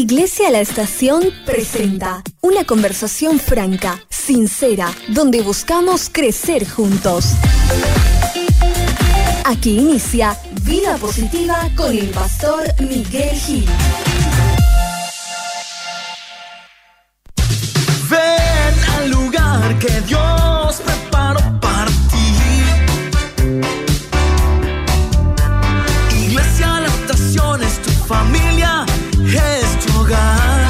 Iglesia La Estación presenta una conversación franca, sincera, donde buscamos crecer juntos. Aquí inicia Vida Positiva con el pastor Miguel Gil. Ven al lugar que Dios preparó para ti. Iglesia La Estación es tu familia, es tu hogar.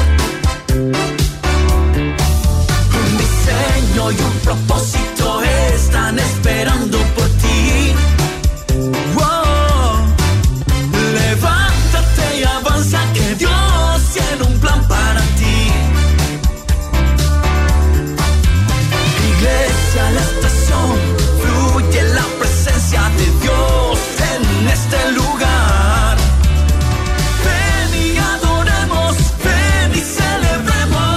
Un diseño y un propósito están esperando por ti. Wow. Levántate y avanza, que Dios tiene un plan para ti. Iglesia La Estación, fluye la presencia de Dios en este lugar. Ven y adoremos, ven y celebremos.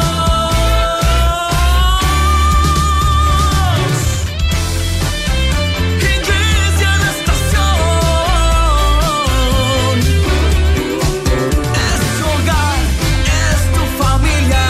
Iglesia La Estación es tu hogar, es tu familia.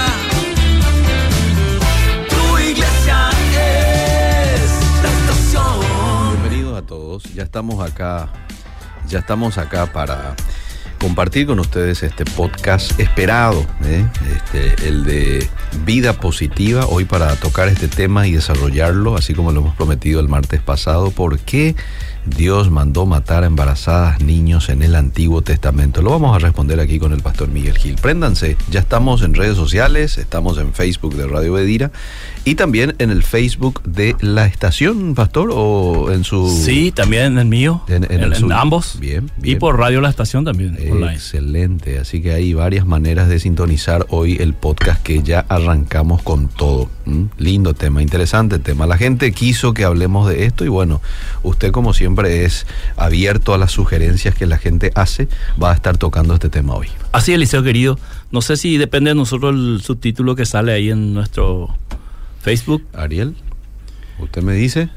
Tu iglesia es La Estación. Bienvenidos a todos, ya estamos acá para compartir con ustedes este podcast esperado, el de Vida Positiva, hoy para tocar este tema y desarrollarlo, así como lo hemos prometido el martes pasado. ¿Por qué Dios mandó matar a embarazadas, niños en el Antiguo Testamento? Lo vamos a responder aquí con el pastor Miguel Gil. Préndanse, ya estamos en redes sociales, estamos en Facebook de Radio Bedira y también en el Facebook de La Estación, pastor, o en su... Sí, también en el mío, en ambos. Bien. Y por Radio La Estación también, online. Excelente, así que hay varias maneras de sintonizar hoy el podcast que ya arrancamos con todo. Lindo tema, interesante tema. La gente quiso que hablemos de esto y bueno, usted como siempre es abierto a las sugerencias que la gente hace, va a estar tocando este tema hoy. Así es, Eliseo querido. No sé si depende de nosotros el subtítulo que sale ahí en nuestro Facebook. Ariel, ¿usted me dice?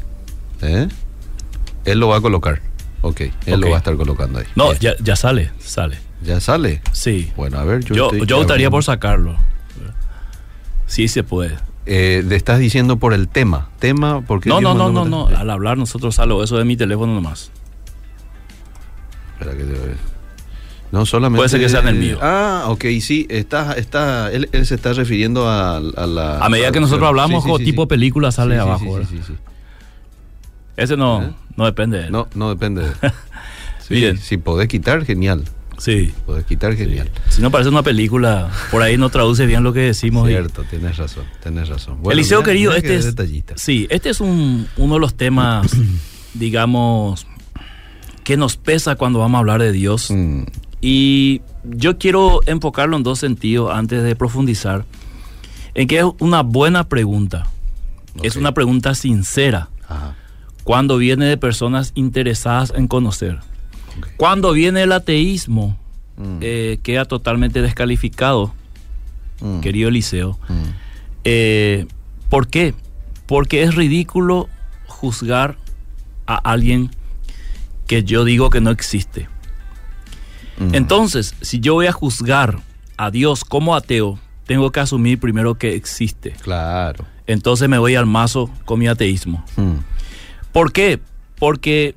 Él lo va a colocar. Ok, él lo va a estar colocando ahí. No, ya sale. ¿Ya sale? Sí. Bueno, a ver, yo optaría por sacarlo. Sí se puede. ¿Estás diciendo por el tema? Porque no. Al hablar nosotros salgo eso de mi teléfono nomás. Espera que te vea. No, solamente... Puede ser que sea en el mío. Ok, sí, él se está refiriendo a la... A medida que nosotros hablamos, tipo película sale abajo. Sí. Ese no depende de él. No depende de él. Bien. Si podés quitar, genial. Sí. Podés quitar, genial. Sí. Si no parece una película, por ahí no traduce bien lo que decimos. Cierto, tienes razón. Bueno, Eliseo querido, este es uno de los temas, digamos, que nos pesa cuando vamos a hablar de Dios. Y yo quiero enfocarlo en dos sentidos antes de profundizar. En que es una buena pregunta. Okay. Es una pregunta sincera. Ajá. Cuando viene de personas interesadas en conocer. Okay. Cuando viene el ateísmo, queda totalmente descalificado, querido Eliseo. ¿Por qué? Porque es ridículo juzgar a alguien que yo digo que no existe. Entonces, si yo voy a juzgar a Dios como ateo, tengo que asumir primero que existe. Claro. Entonces me voy al mazo con mi ateísmo. ¿Por qué? Porque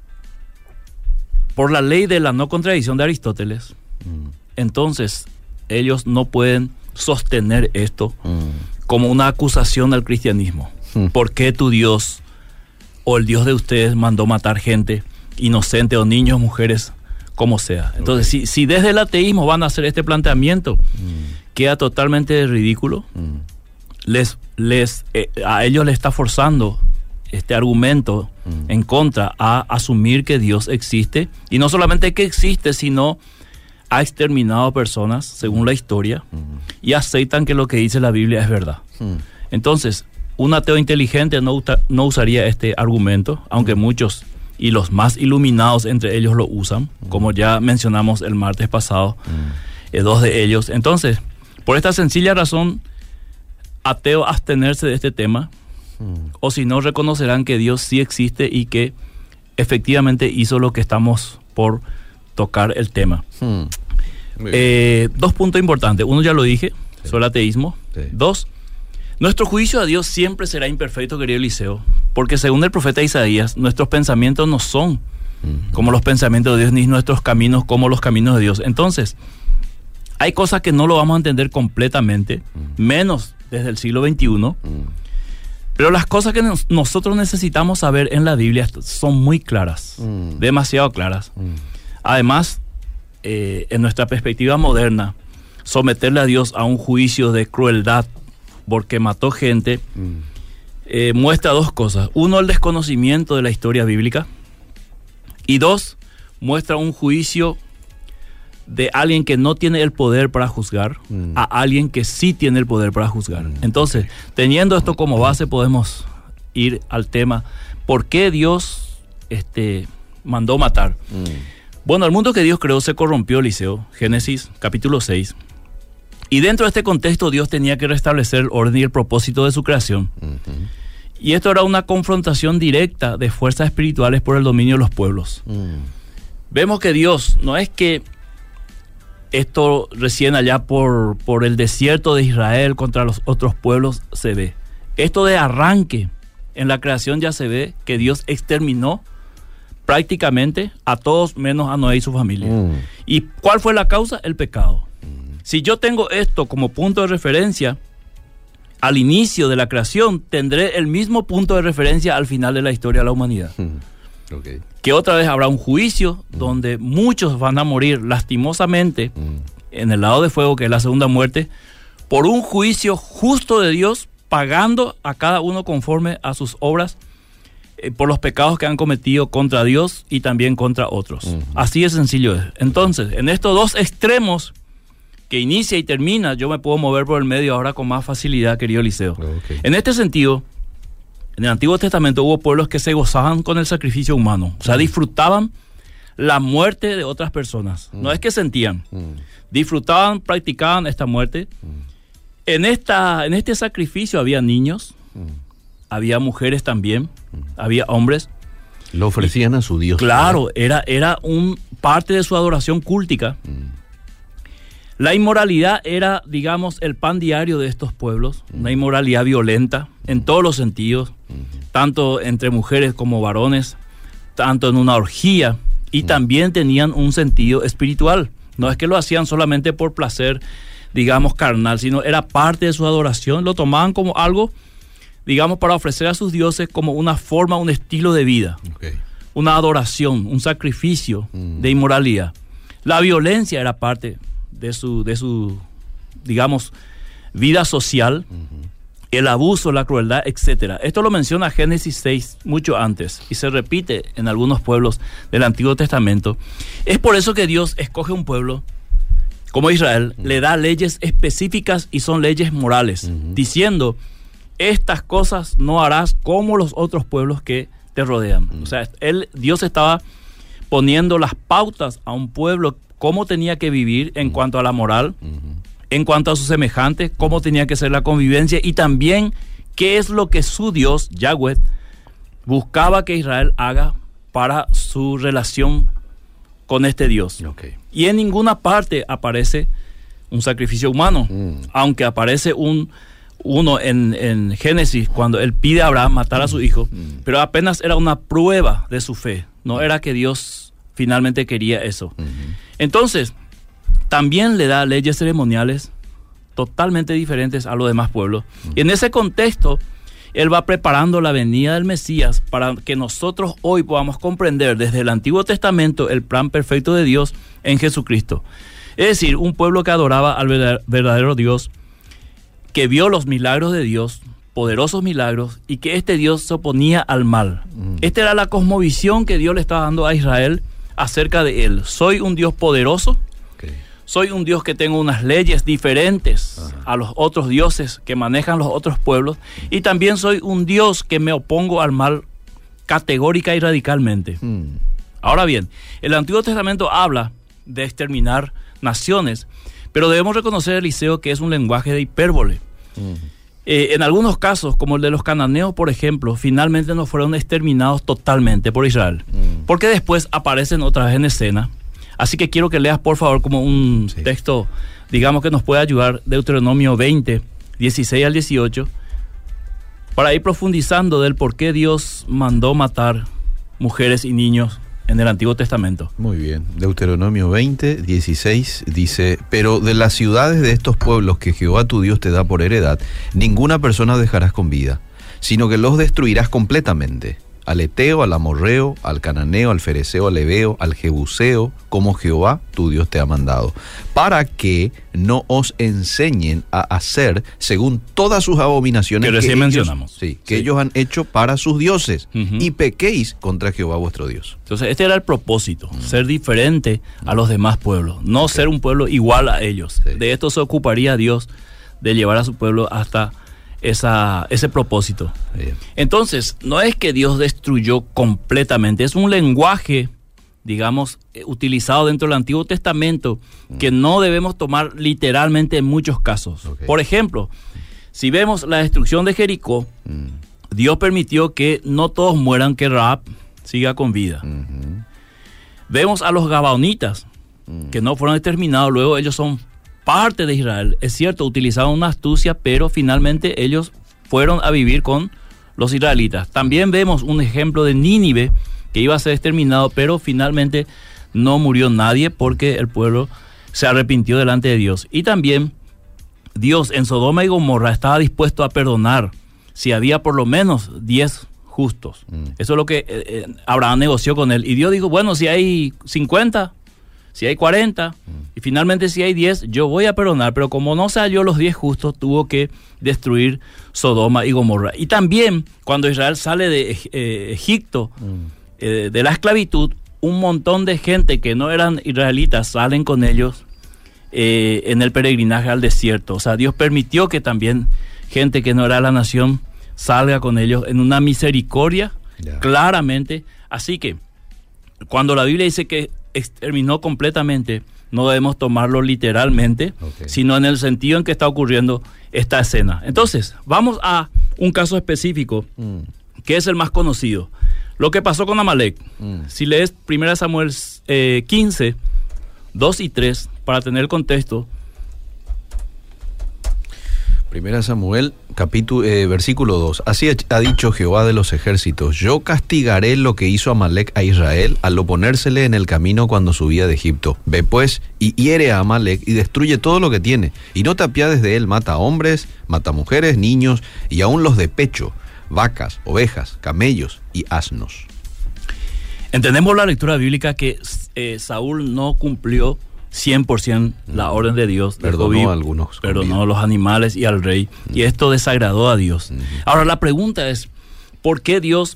por la ley de la no contradicción de Aristóteles, entonces ellos no pueden sostener esto como una acusación al cristianismo. ¿Por qué tu Dios o el Dios de ustedes mandó matar gente inocente o niños, mujeres, como sea? Entonces, si desde el ateísmo van a hacer este planteamiento, queda totalmente ridículo. A ellos les está forzando este argumento en contra a asumir que Dios existe, y no solamente que existe, sino ha exterminado personas según la historia, y aceitan que lo que dice la Biblia es verdad. Entonces, un ateo inteligente no usaría este argumento, aunque muchos y los más iluminados entre ellos lo usan, como ya mencionamos el martes pasado, dos de ellos. Entonces, por esta sencilla razón, ateo abstenerse de este tema, o si no, reconocerán que Dios sí existe y que efectivamente hizo lo que estamos por tocar el tema. Dos puntos importantes. Uno ya lo dije, Sí. sobre el ateísmo. Sí. Dos, nuestro juicio a Dios siempre será imperfecto, querido Eliseo, porque según el profeta Isaías, nuestros pensamientos no son como los pensamientos de Dios, ni nuestros caminos como los caminos de Dios. Entonces, hay cosas que no lo vamos a entender completamente, menos desde el siglo XXI, pero las cosas que nosotros necesitamos saber en la Biblia son muy claras, demasiado claras. Además, en nuestra perspectiva moderna, someterle a Dios a un juicio de crueldad porque mató gente, muestra dos cosas. Uno, el desconocimiento de la historia bíblica. Y dos, muestra un juicio de alguien que no tiene el poder para juzgar a alguien que sí tiene el poder para juzgar. Entonces, teniendo esto como base, podemos ir al tema. ¿Por qué Dios mandó matar? Bueno, el mundo que Dios creó se corrompió, Eliseo. Génesis capítulo 6. Y dentro de este contexto, Dios tenía que restablecer el orden y el propósito de su creación. Y esto era una confrontación directa de fuerzas espirituales por el dominio de los pueblos. Vemos que Dios, no es que esto recién allá por el desierto de Israel contra los otros pueblos se ve. Esto de arranque en la creación ya se ve que Dios exterminó prácticamente a todos menos a Noé y su familia. ¿Y cuál fue la causa? El pecado. Si yo tengo esto como punto de referencia al inicio de la creación, tendré el mismo punto de referencia al final de la historia de la humanidad. Okay. Que otra vez habrá un juicio donde muchos van a morir lastimosamente en el lado de fuego, que es la segunda muerte, por un juicio justo de Dios, pagando a cada uno conforme a sus obras, por los pecados que han cometido contra Dios y también contra otros. Así de sencillo es. Entonces, en estos dos extremos que inicia y termina, yo me puedo mover por el medio ahora con más facilidad, querido Eliseo. Okay. En este sentido, en el Antiguo Testamento hubo pueblos que se gozaban con el sacrificio humano, o sea, disfrutaban la muerte de otras personas. No es que sentían, disfrutaban, practicaban esta muerte. En este sacrificio había niños, había mujeres también, había hombres. Lo ofrecían a su Dios. Claro, era un parte de su adoración cúltica. La inmoralidad era, digamos, el pan diario de estos pueblos, una inmoralidad violenta en todos los sentidos, tanto entre mujeres como varones, tanto en una orgía, y también tenían un sentido espiritual. No es que lo hacían solamente por placer, digamos, carnal, sino era parte de su adoración, lo tomaban como algo, digamos, para ofrecer a sus dioses como una forma, un estilo de vida, una adoración, un sacrificio de inmoralidad. La violencia era parte de su digamos, vida social, el abuso, la crueldad, etcétera. Esto lo menciona Génesis 6 mucho antes y se repite en algunos pueblos del Antiguo Testamento. Es por eso que Dios escoge un pueblo como Israel, le da leyes específicas y son leyes morales, diciendo, estas cosas no harás como los otros pueblos que te rodean. O sea, Dios estaba poniendo las pautas a un pueblo, cómo tenía que vivir en cuanto a la moral, en cuanto a sus semejantes, cómo tenía que ser la convivencia y también qué es lo que su Dios, Yahweh, buscaba que Israel haga para su relación con este Dios. Y en ninguna parte aparece un sacrificio humano, aunque aparece uno en Génesis cuando él pide a Abraham matar a su hijo, pero apenas era una prueba de su fe, no era que Dios finalmente quería eso. Entonces, también le da leyes ceremoniales totalmente diferentes a los demás pueblos. Y en ese contexto, él va preparando la venida del Mesías para que nosotros hoy podamos comprender desde el Antiguo Testamento el plan perfecto de Dios en Jesucristo. Es decir, un pueblo que adoraba al verdadero Dios, que vio los milagros de Dios, poderosos milagros, y que este Dios se oponía al mal. Esta era la cosmovisión que Dios le estaba dando a Israel acerca de él. Soy un Dios poderoso, soy un Dios que tengo unas leyes diferentes a los otros dioses que manejan los otros pueblos, y también soy un Dios que me opongo al mal categórica y radicalmente. Ahora bien, el Antiguo Testamento habla de exterminar naciones, pero debemos reconocer, Eliseo, que es un lenguaje de hipérbole. En algunos casos, como el de los cananeos, por ejemplo, finalmente no fueron exterminados totalmente por Israel, porque después aparecen otra vez en escena Así que quiero que leas, por favor, como un texto, digamos, que nos puede ayudar, Deuteronomio 20, 16 al 18, para ir profundizando del por qué Dios mandó matar mujeres y niños en el Antiguo Testamento. Muy bien. Deuteronomio 20, 16 dice: pero de las ciudades de estos pueblos que Jehová tu Dios te da por heredad, ninguna persona dejarás con vida, sino que los destruirás completamente. Al Eteo, al Amorreo, al Cananeo, al Fereceo, al Heveo, al Jebuseo, como Jehová tu Dios te ha mandado, para que no os enseñen a hacer según todas sus abominaciones que recién mencionamos. Que ellos han hecho para sus dioses, y pequéis contra Jehová vuestro Dios. Entonces este era el propósito, ser diferente a los demás pueblos, no ser un pueblo igual a ellos. De esto se ocuparía Dios, de llevar a su pueblo hasta ese propósito. Bien. Entonces, no es que Dios destruyó completamente, es un lenguaje, digamos, utilizado dentro del Antiguo Testamento que no debemos tomar literalmente en muchos casos. Por ejemplo, si vemos la destrucción de Jericó, Dios permitió que no todos mueran, que Rahab siga con vida. Vemos a los gabaonitas, que no fueron exterminados, luego ellos son parte de Israel. Es cierto, utilizaron una astucia, pero finalmente ellos fueron a vivir con los israelitas. También vemos un ejemplo de Nínive, que iba a ser exterminado, pero finalmente no murió nadie porque el pueblo se arrepintió delante de Dios. Y también Dios en Sodoma y Gomorra estaba dispuesto a perdonar si había por lo menos 10 justos. Eso es lo que Abraham negoció con él. Y Dios dijo, bueno, si hay 50... si hay 40 y finalmente si hay 10, yo voy a perdonar. Pero como no se halló los 10 justos, tuvo que destruir Sodoma y Gomorra. Y también cuando Israel sale de Egipto, de la esclavitud, un montón de gente que no eran israelitas salen con ellos en el peregrinaje al desierto. O sea, Dios permitió que también gente que no era la nación salga con ellos en una misericordia, claramente. Así que cuando la Biblia dice que exterminó completamente, no debemos tomarlo literalmente, sino en el sentido en que está ocurriendo esta escena. Entonces, vamos a un caso específico, que es el más conocido. Lo que pasó con Amalek. Si lees 1 Samuel 15, 2 y 3, para tener el contexto. 1 Samuel, versículo 2. Así ha dicho Jehová de los ejércitos: yo castigaré lo que hizo Amalek a Israel al oponérsele en el camino cuando subía de Egipto. Ve pues y hiere a Amalek y destruye todo lo que tiene, y no te apiades de él. Mata hombres, mata mujeres, niños, y aún los de pecho, vacas, ovejas, camellos y asnos. Entendemos la lectura bíblica que Saúl no cumplió 100% la orden de Dios. Perdonó a algunos. Perdonó a los animales y al rey. Y esto desagradó a Dios. Ahora la pregunta es, ¿por qué Dios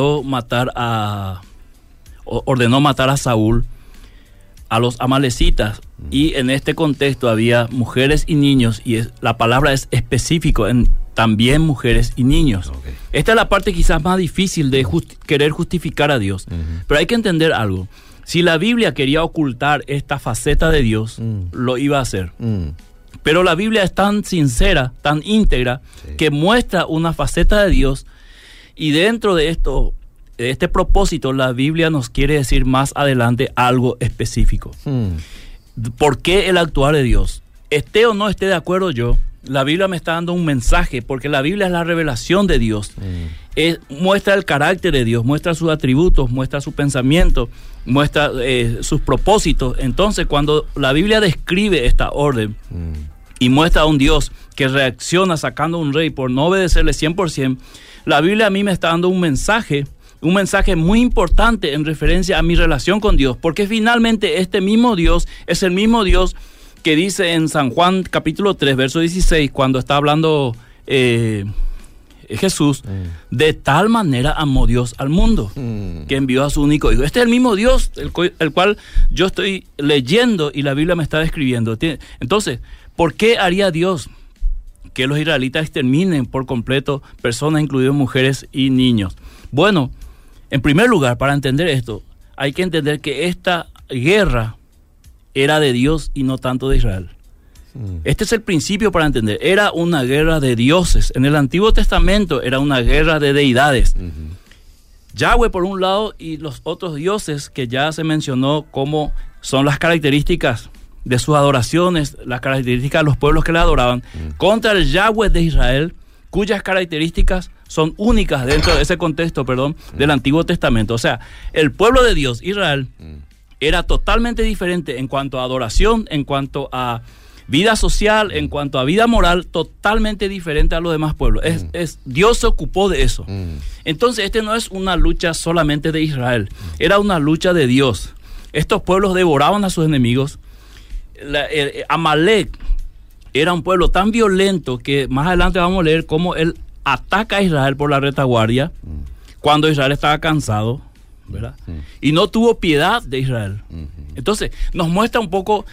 ordenó matar a Saúl, a los amalecitas? Y en este contexto había mujeres y niños, y la palabra es específico en también mujeres y niños. Esta es la parte quizás más difícil de querer justificar a Dios. Pero hay que entender algo. Si la Biblia quería ocultar esta faceta de Dios, lo iba a hacer. Pero la Biblia es tan sincera, tan íntegra, que muestra una faceta de Dios, y dentro de este propósito, la Biblia nos quiere decir más adelante algo específico. ¿Por qué el actuar de Dios? Esté o no esté de acuerdo yo, la Biblia me está dando un mensaje, porque la Biblia es la revelación de Dios. Muestra el carácter de Dios, muestra sus atributos, muestra su pensamiento, muestra sus propósitos. Entonces, cuando la Biblia describe esta orden y muestra a un Dios que reacciona sacando a un rey por no obedecerle 100%, la Biblia a mí me está dando un mensaje muy importante en referencia a mi relación con Dios, porque finalmente este mismo Dios es el mismo Dios que dice en San Juan capítulo 3, verso 16, cuando está hablando Jesús, de tal manera amó Dios al mundo, que envió a su único hijo. Este es el mismo Dios, el cual yo estoy leyendo y la Biblia me está describiendo. Entonces, ¿por qué haría Dios que los israelitas exterminen por completo personas, incluidas mujeres y niños? Bueno, en primer lugar, para entender esto, hay que entender que esta guerra era de Dios y no tanto de Israel. Este es el principio para entender. Era una guerra de dioses. En el Antiguo Testamento era una guerra de deidades. Yahweh por un lado y los otros dioses que ya se mencionó como son las características de sus adoraciones, las características de los pueblos que le adoraban, contra el Yahweh de Israel, cuyas características son únicas dentro de ese contexto, del Antiguo Testamento. O sea, el pueblo de Dios, Israel, era totalmente diferente en cuanto a adoración, en cuanto a vida social, en cuanto a vida moral, totalmente diferente a los demás pueblos. Dios se ocupó de eso. Entonces, no es una lucha solamente de Israel, era una lucha de Dios. Estos pueblos devoraban a sus enemigos. Amalek era un pueblo tan violento que más adelante vamos a leer cómo él ataca a Israel por la retaguardia cuando Israel estaba cansado, ¿verdad? Y no tuvo piedad de Israel. Entonces, nos muestra un poco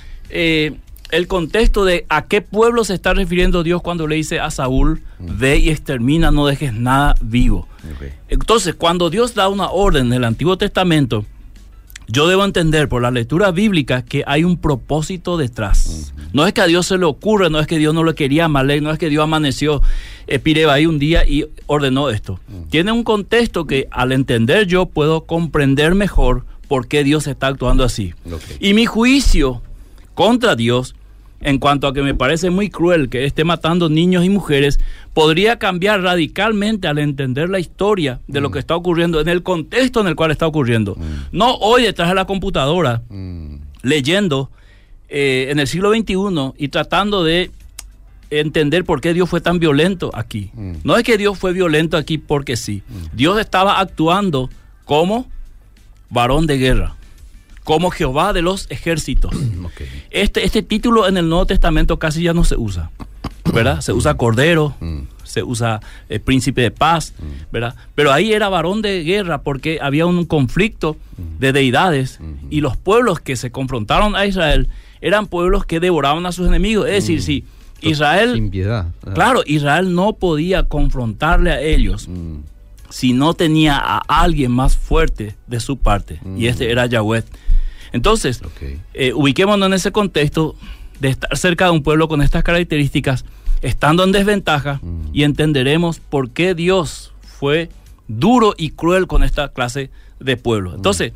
el contexto de a qué pueblo se está refiriendo Dios cuando le dice a Saúl, ve y extermina, no dejes nada vivo. Entonces, cuando Dios da una orden en el Antiguo Testamento, yo debo entender por la lectura bíblica que hay un propósito detrás. No es que a Dios se le ocurre, no es que Dios no lo quería a Amalek, no es que Dios amaneció Pireba ahí un día y ordenó esto. Tiene un contexto que al entender yo puedo comprender mejor por qué Dios está actuando así. Y mi juicio contra Dios, en cuanto a que me parece muy cruel que esté matando niños y mujeres, podría cambiar radicalmente al entender la historia de lo que está ocurriendo, en el contexto en el cual está ocurriendo. No hoy detrás de la computadora, leyendo en el siglo XXI y tratando de entender por qué Dios fue tan violento aquí. No es que Dios fue violento aquí porque sí. Dios estaba actuando como varón de guerra, como Jehová de los ejércitos. Este título en el Nuevo Testamento casi ya no se usa, ¿verdad? Se usa Cordero, se usa Príncipe de Paz, ¿verdad? Pero ahí era varón de guerra porque había un conflicto de deidades y los pueblos que se confrontaron a Israel eran pueblos que devoraban a sus enemigos. Es decir, si Israel... Sin piedad. Claro, Israel no podía confrontarle a ellos si no tenía a alguien más fuerte de su parte, y este era Yahweh. Entonces, ubiquémonos en ese contexto de estar cerca de un pueblo con estas características, estando en desventaja, y entenderemos por qué Dios fue duro y cruel con esta clase de pueblo. Entonces,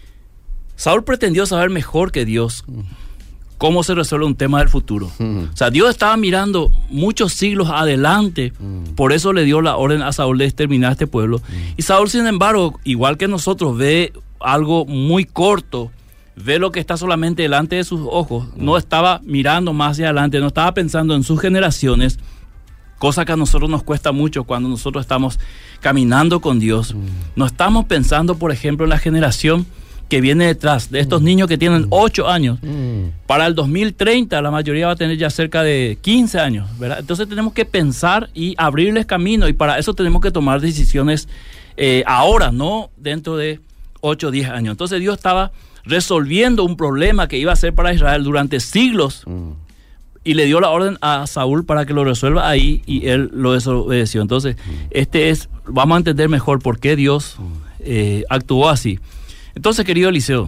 Saúl pretendió saber mejor que Dios cómo se resuelve un tema del futuro. O sea, Dios estaba mirando muchos siglos adelante, por eso le dio la orden a Saúl de exterminar a este pueblo. Y Saúl, sin embargo, igual que nosotros, ve algo muy corto, ve lo que está solamente delante de sus ojos, no estaba mirando más hacia adelante, no estaba pensando en sus generaciones, cosa que a nosotros nos cuesta mucho cuando nosotros estamos caminando con Dios. No estamos pensando, por ejemplo, en la generación que viene detrás de estos niños que tienen 8 años. Para el 2030 la mayoría va a tener ya cerca de 15 años, ¿verdad? Entonces tenemos que pensar y abrirles camino, y para eso tenemos que tomar decisiones ahora, no dentro de 8 o 10 años. Entonces Dios estaba resolviendo un problema que iba a ser para Israel durante siglos, y le dio la orden a Saúl para que lo resuelva ahí, y él lo desobedeció. Entonces vamos a entender mejor por qué Dios actuó así. Entonces, querido Eliseo,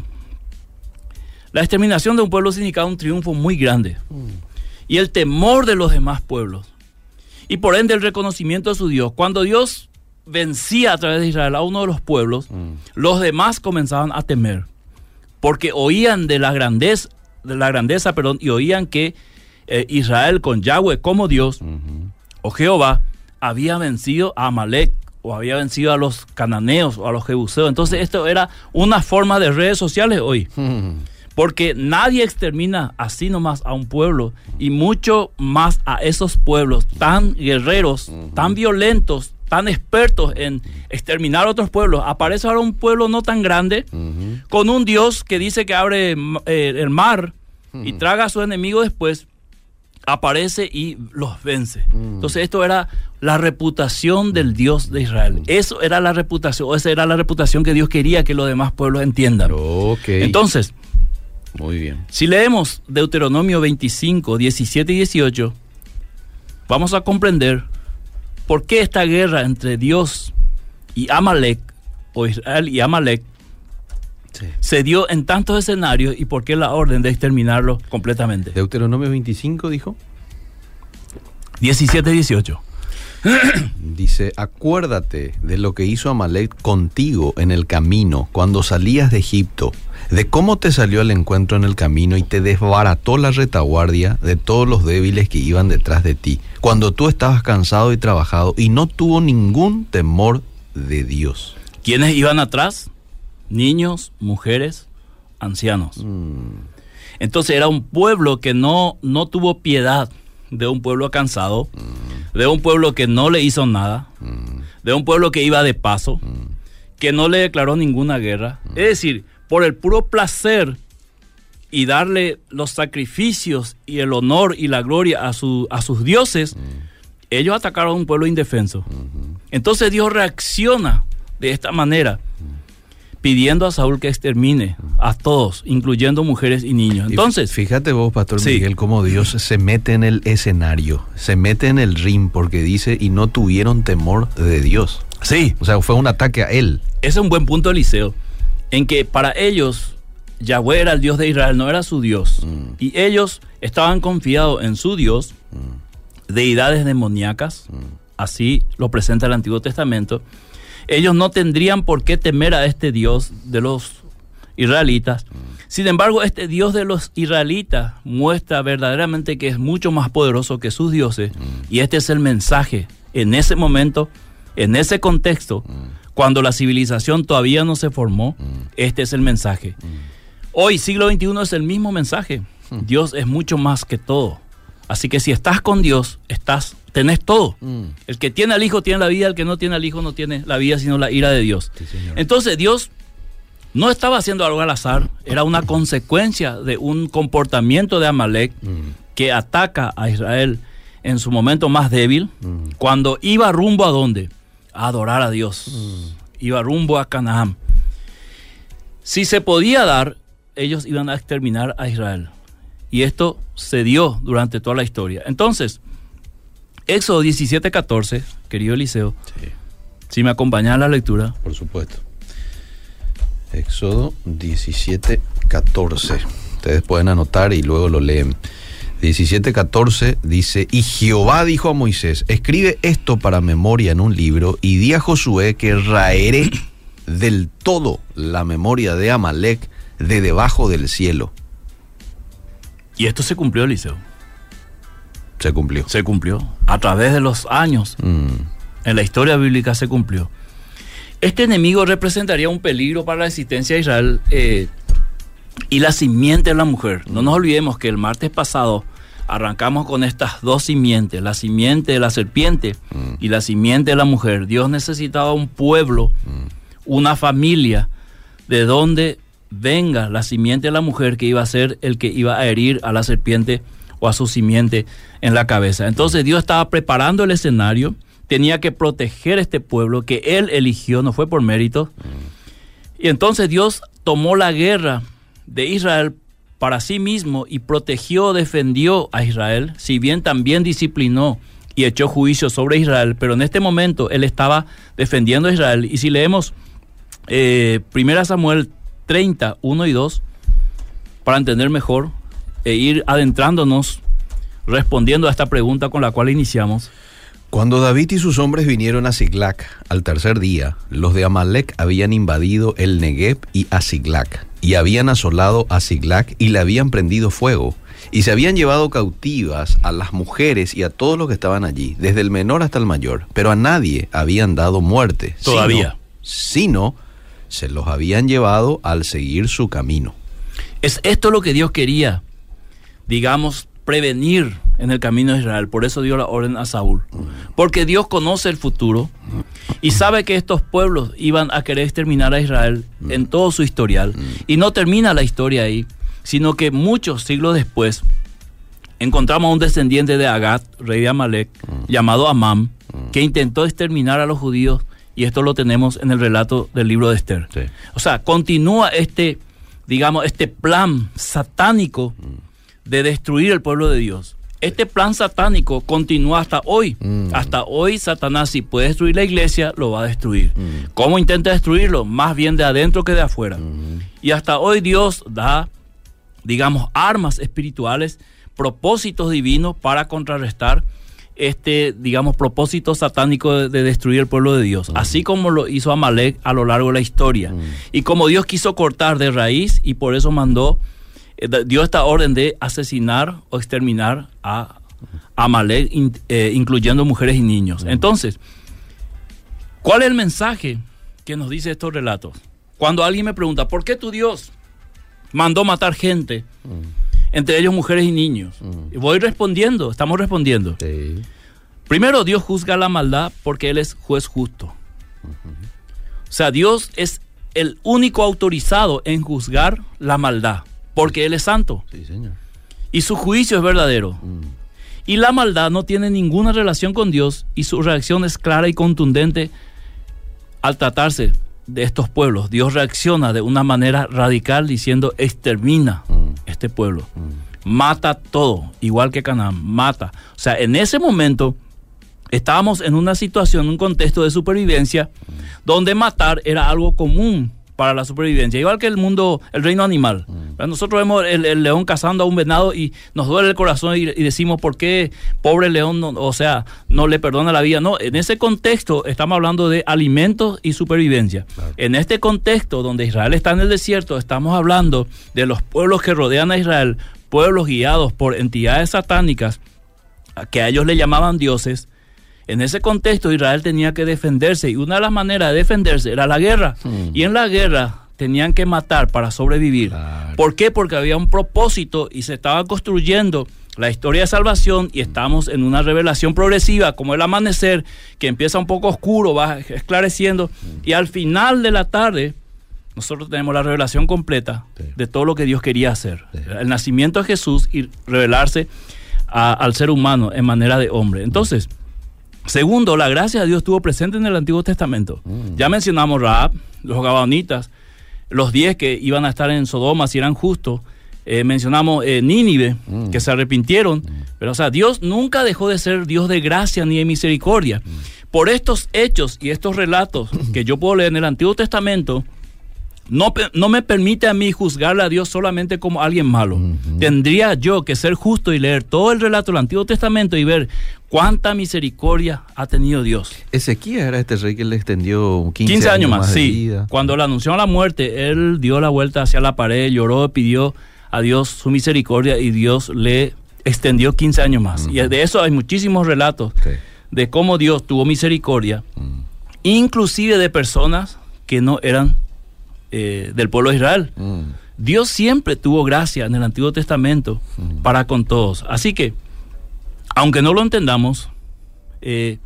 la exterminación de un pueblo significaba un triunfo muy grande, y el temor de los demás pueblos, y por ende el reconocimiento de su Dios. Cuando Dios vencía a través de Israel a uno de los pueblos, los demás comenzaban a temer, porque oían de la grandeza, y oían que Israel con Yahweh como Dios, o Jehová, había vencido a Amalek, o había vencido a los cananeos o a los jebuseos. Entonces esto era una forma de redes sociales hoy, porque nadie extermina así nomás a un pueblo, y mucho más a esos pueblos tan guerreros, tan violentos, tan expertos en exterminar otros pueblos. Aparece ahora un pueblo no tan grande, con un Dios que dice que abre el mar y traga a sus enemigos después, aparece y los vence. Entonces esto era la reputación del Dios de Israel. Eso era la reputación, o esa era la reputación que Dios quería que los demás pueblos entiendan. Entonces, muy bien. Si leemos Deuteronomio 25, 17 y 18, vamos a comprender por qué esta guerra entre Dios y Amalek, o Israel y Amalek, se dio en tantos escenarios, y por qué la orden de exterminarlo completamente. Deuteronomio 25 dijo 17 y 18. Dice: acuérdate de lo que hizo Amalek contigo en el camino cuando salías de Egipto, de cómo te salió al encuentro en el camino y te desbarató la retaguardia de todos los débiles que iban detrás de ti, cuando tú estabas cansado y trabajado, y no tuvo ningún temor de Dios. ¿Quiénes iban atrás? Niños, mujeres, ancianos. Entonces era un pueblo que no tuvo piedad de un pueblo cansado, de un pueblo que no le hizo nada, de un pueblo que iba de paso, que no le declaró ninguna guerra. Es decir, por el puro placer y darle los sacrificios y el honor y la gloria a sus dioses, ellos atacaron a un pueblo indefenso. Entonces Dios reacciona de esta manera, pidiendo a Saúl que extermine a todos, incluyendo mujeres y niños. Entonces, fíjate vos, Pastor sí, Miguel, cómo Dios se mete en el escenario, se mete en el ring, porque dice, y no tuvieron temor de Dios. Sí. O sea, fue un ataque a él. Ese es un buen punto, Eliseo, en que para ellos Yahweh era el Dios de Israel, no era su Dios. Y ellos estaban confiados en su Dios, deidades demoníacas, así lo presenta el Antiguo Testamento. Ellos no tendrían por qué temer a este Dios de los israelitas. Sin embargo, este Dios de los israelitas muestra verdaderamente que es mucho más poderoso que sus dioses. Y este es el mensaje en ese momento, en ese contexto, cuando la civilización todavía no se formó. Este es el mensaje. Hoy, siglo XXI, es el mismo mensaje. Dios es mucho más que todo. Así que si estás con Dios, tenés todo. El que tiene al Hijo tiene la vida, el que no tiene al Hijo no tiene la vida, sino la ira de Dios. Sí, señor. Entonces Dios no estaba haciendo algo al azar, era una consecuencia de un comportamiento de Amalek que ataca a Israel en su momento más débil, cuando iba rumbo ¿a dónde? A adorar a Dios. Iba rumbo a Canaán. Si se podía dar, ellos iban a exterminar a Israel. Y esto se dio durante toda la historia. Entonces, Éxodo 17:14, querido Eliseo, Sí, si me acompañan a la lectura. por supuesto. Éxodo 17:14. Ustedes pueden anotar y luego lo leen. 17:14 dice, y Jehová dijo a Moisés, escribe esto para memoria en un libro y di a Josué que raeré del todo la memoria de Amalek de debajo del cielo. Y esto se cumplió, Eliseo. Se cumplió. Se cumplió. A través de los años, en la historia bíblica se cumplió. Este enemigo representaría un peligro para la existencia de Israel y la simiente de la mujer. No nos olvidemos que el martes pasado arrancamos con estas dos simientes, la simiente de la serpiente y la simiente de la mujer. Dios necesitaba un pueblo, una familia, de donde venga la simiente de la mujer, que iba a ser el que iba a herir a la serpiente o a su simiente en la cabeza. Entonces Dios estaba preparando el escenario, tenía que proteger este pueblo que Él eligió, no fue por mérito. Y entonces Dios tomó la guerra de Israel para sí mismo y protegió, defendió a Israel, si bien también disciplinó y echó juicio sobre Israel, pero en este momento Él estaba defendiendo a Israel. Y si leemos 1 Samuel 30, 1 y 2, para entender mejor e ir adentrándonos, respondiendo a esta pregunta con la cual iniciamos. Cuando David y sus hombres vinieron a Ziklag al tercer día, los de Amalek habían invadido el Negev y a Ziklag, y habían asolado a Ziklag y le habían prendido fuego, y se habían llevado cautivas a las mujeres y a todos los que estaban allí, desde el menor hasta el mayor, pero a nadie habían dado muerte. Todavía. Sino se los habían llevado al seguir su camino. Es esto lo que Dios quería, digamos, prevenir en el camino de Israel. Por eso dio la orden a Saúl. Porque Dios conoce el futuro y sabe que estos pueblos iban a querer exterminar a Israel en todo su historial. Y no termina la historia ahí, sino que muchos siglos después encontramos a un descendiente de Agag, rey de Amalek, llamado Amán, que intentó exterminar a los judíos. Y esto lo tenemos en el relato del libro de Esther. Sí. O sea, continúa este plan satánico de destruir el pueblo de Dios. Este plan satánico continúa hasta hoy. Hasta hoy Satanás, si puede destruir la iglesia, lo va a destruir. ¿Cómo intenta destruirlo? Más bien de adentro que de afuera. Y hasta hoy Dios da, digamos, armas espirituales, propósitos divinos para contrarrestar digamos, propósito satánico de destruir el pueblo de Dios, así como lo hizo Amalek a lo largo de la historia. Y como Dios quiso cortar de raíz, y por eso dio esta orden de asesinar o exterminar a Amalek, incluyendo mujeres y niños. Entonces, ¿cuál es el mensaje que nos dice estos relatos? Cuando alguien me pregunta, ¿por qué tu Dios mandó matar gente? Entre ellos mujeres y niños. Y estamos respondiendo. Sí. Primero, Dios juzga la maldad porque Él es juez justo. O sea, Dios es el único autorizado en juzgar la maldad, porque Él es santo. Sí, señor. Y su juicio es verdadero. Y la maldad no tiene ninguna relación con Dios, y su reacción es clara y contundente al tratarse de estos pueblos. Dios reacciona de una manera radical diciendo: extermina este pueblo, mata todo, igual que Canaán, mata. O sea, en ese momento estábamos en una situación, un contexto de supervivencia, donde matar era algo común para la supervivencia, igual que el reino animal. Nosotros vemos el león cazando a un venado y nos duele el corazón y decimos: ¿por qué pobre león no le perdona la vida? No, en ese contexto estamos hablando de alimentos y supervivencia. Claro. En este contexto donde Israel está en el desierto, estamos hablando de los pueblos que rodean a Israel, pueblos guiados por entidades satánicas que a ellos le llamaban dioses. En ese contexto Israel tenía que defenderse, y una de las maneras de defenderse era la guerra. Y en la guerra tenían que matar para sobrevivir. Claro. ¿Por qué? Porque había un propósito y se estaba construyendo la historia de salvación, y estamos en una revelación progresiva, como el amanecer, que empieza un poco oscuro, va esclareciendo, y al final de la tarde nosotros tenemos la revelación completa de todo lo que Dios quería hacer. El nacimiento de Jesús y revelarse al ser humano en manera de hombre. Entonces, segundo, la gracia de Dios estuvo presente en el Antiguo Testamento. Ya mencionamos Rahab, los gabaonitas, los 10 que iban a estar en Sodoma si eran justos. Mencionamos Nínive, que se arrepintieron. Pero, o sea, Dios nunca dejó de ser Dios de gracia ni de misericordia. Por estos hechos y estos relatos que yo puedo leer en el Antiguo Testamento, no me permite a mí juzgarle a Dios solamente como alguien malo. Tendría yo que ser justo y leer todo el relato del Antiguo Testamento y ver cuánta misericordia ha tenido Dios. Ezequías era este rey que le extendió 15 años más de sí. vida. Cuando le anunció la muerte, él dio la vuelta hacia la pared, lloró, pidió a Dios su misericordia, y Dios le extendió 15 años más. Y de eso hay muchísimos relatos de cómo Dios tuvo misericordia, inclusive de personas que no eran del pueblo de Israel. Dios siempre tuvo gracia en el Antiguo Testamento para con todos. Así que, aunque no lo entendamos, el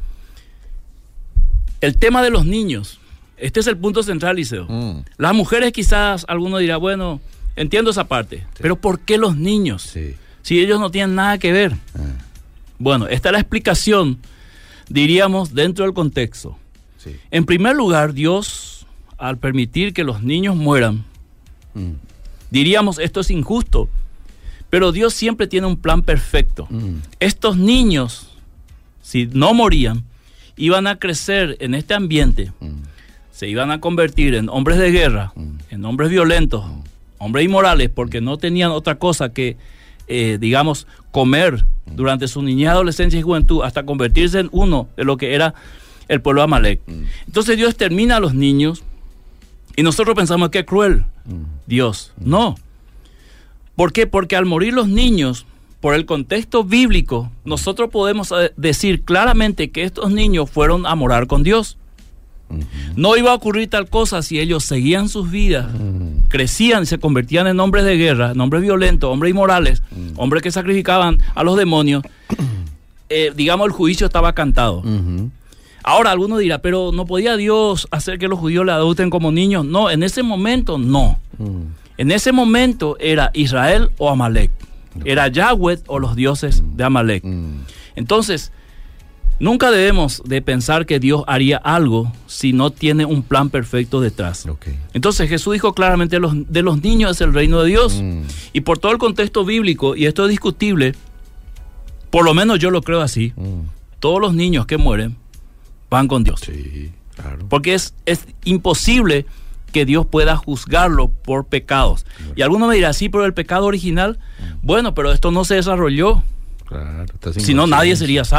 tema de los niños, este es el punto central, Liceo. Las mujeres, quizás alguno dirá: bueno, entiendo esa parte, pero ¿por qué los niños? Si ellos no tienen nada que ver. Bueno, esta es la explicación, diríamos, dentro del contexto. En primer lugar, Dios, al permitir que los niños mueran, diríamos, esto es injusto, pero Dios siempre tiene un plan perfecto. Estos niños, si no morían, iban a crecer en este ambiente, se iban a convertir en hombres de guerra, en hombres violentos, hombres inmorales, porque no tenían otra cosa que, digamos, comer durante su niñez, adolescencia y juventud, hasta convertirse en uno de lo que era el pueblo de Amalek. Entonces Dios termina a los niños, y nosotros pensamos: qué cruel Dios. No. ¿Por qué? Porque al morir los niños, por el contexto bíblico, nosotros podemos decir claramente que estos niños fueron a morar con Dios. No iba a ocurrir tal cosa si ellos seguían sus vidas, crecían y se convertían en hombres de guerra, en hombres violentos, hombres inmorales, hombres que sacrificaban a los demonios. Digamos, el juicio estaba cantado. Ahora alguno dirá: pero ¿no podía Dios hacer que los judíos le adopten como niños? No, en ese momento no. En ese momento era Israel o Amalek. Era Yahweh o los dioses de Amalek. Entonces, nunca debemos de pensar que Dios haría algo si no tiene un plan perfecto detrás. Entonces Jesús dijo claramente: de los niños es el reino de Dios. Y por todo el contexto bíblico, y esto es discutible, por lo menos yo lo creo así, todos los niños que mueren van con Dios. Sí, claro. Porque es imposible que Dios pueda juzgarlo por pecados. Y alguno me dirá: sí, pero el pecado original, bueno, pero esto no se desarrolló. Claro, si no, nadie sería salvo.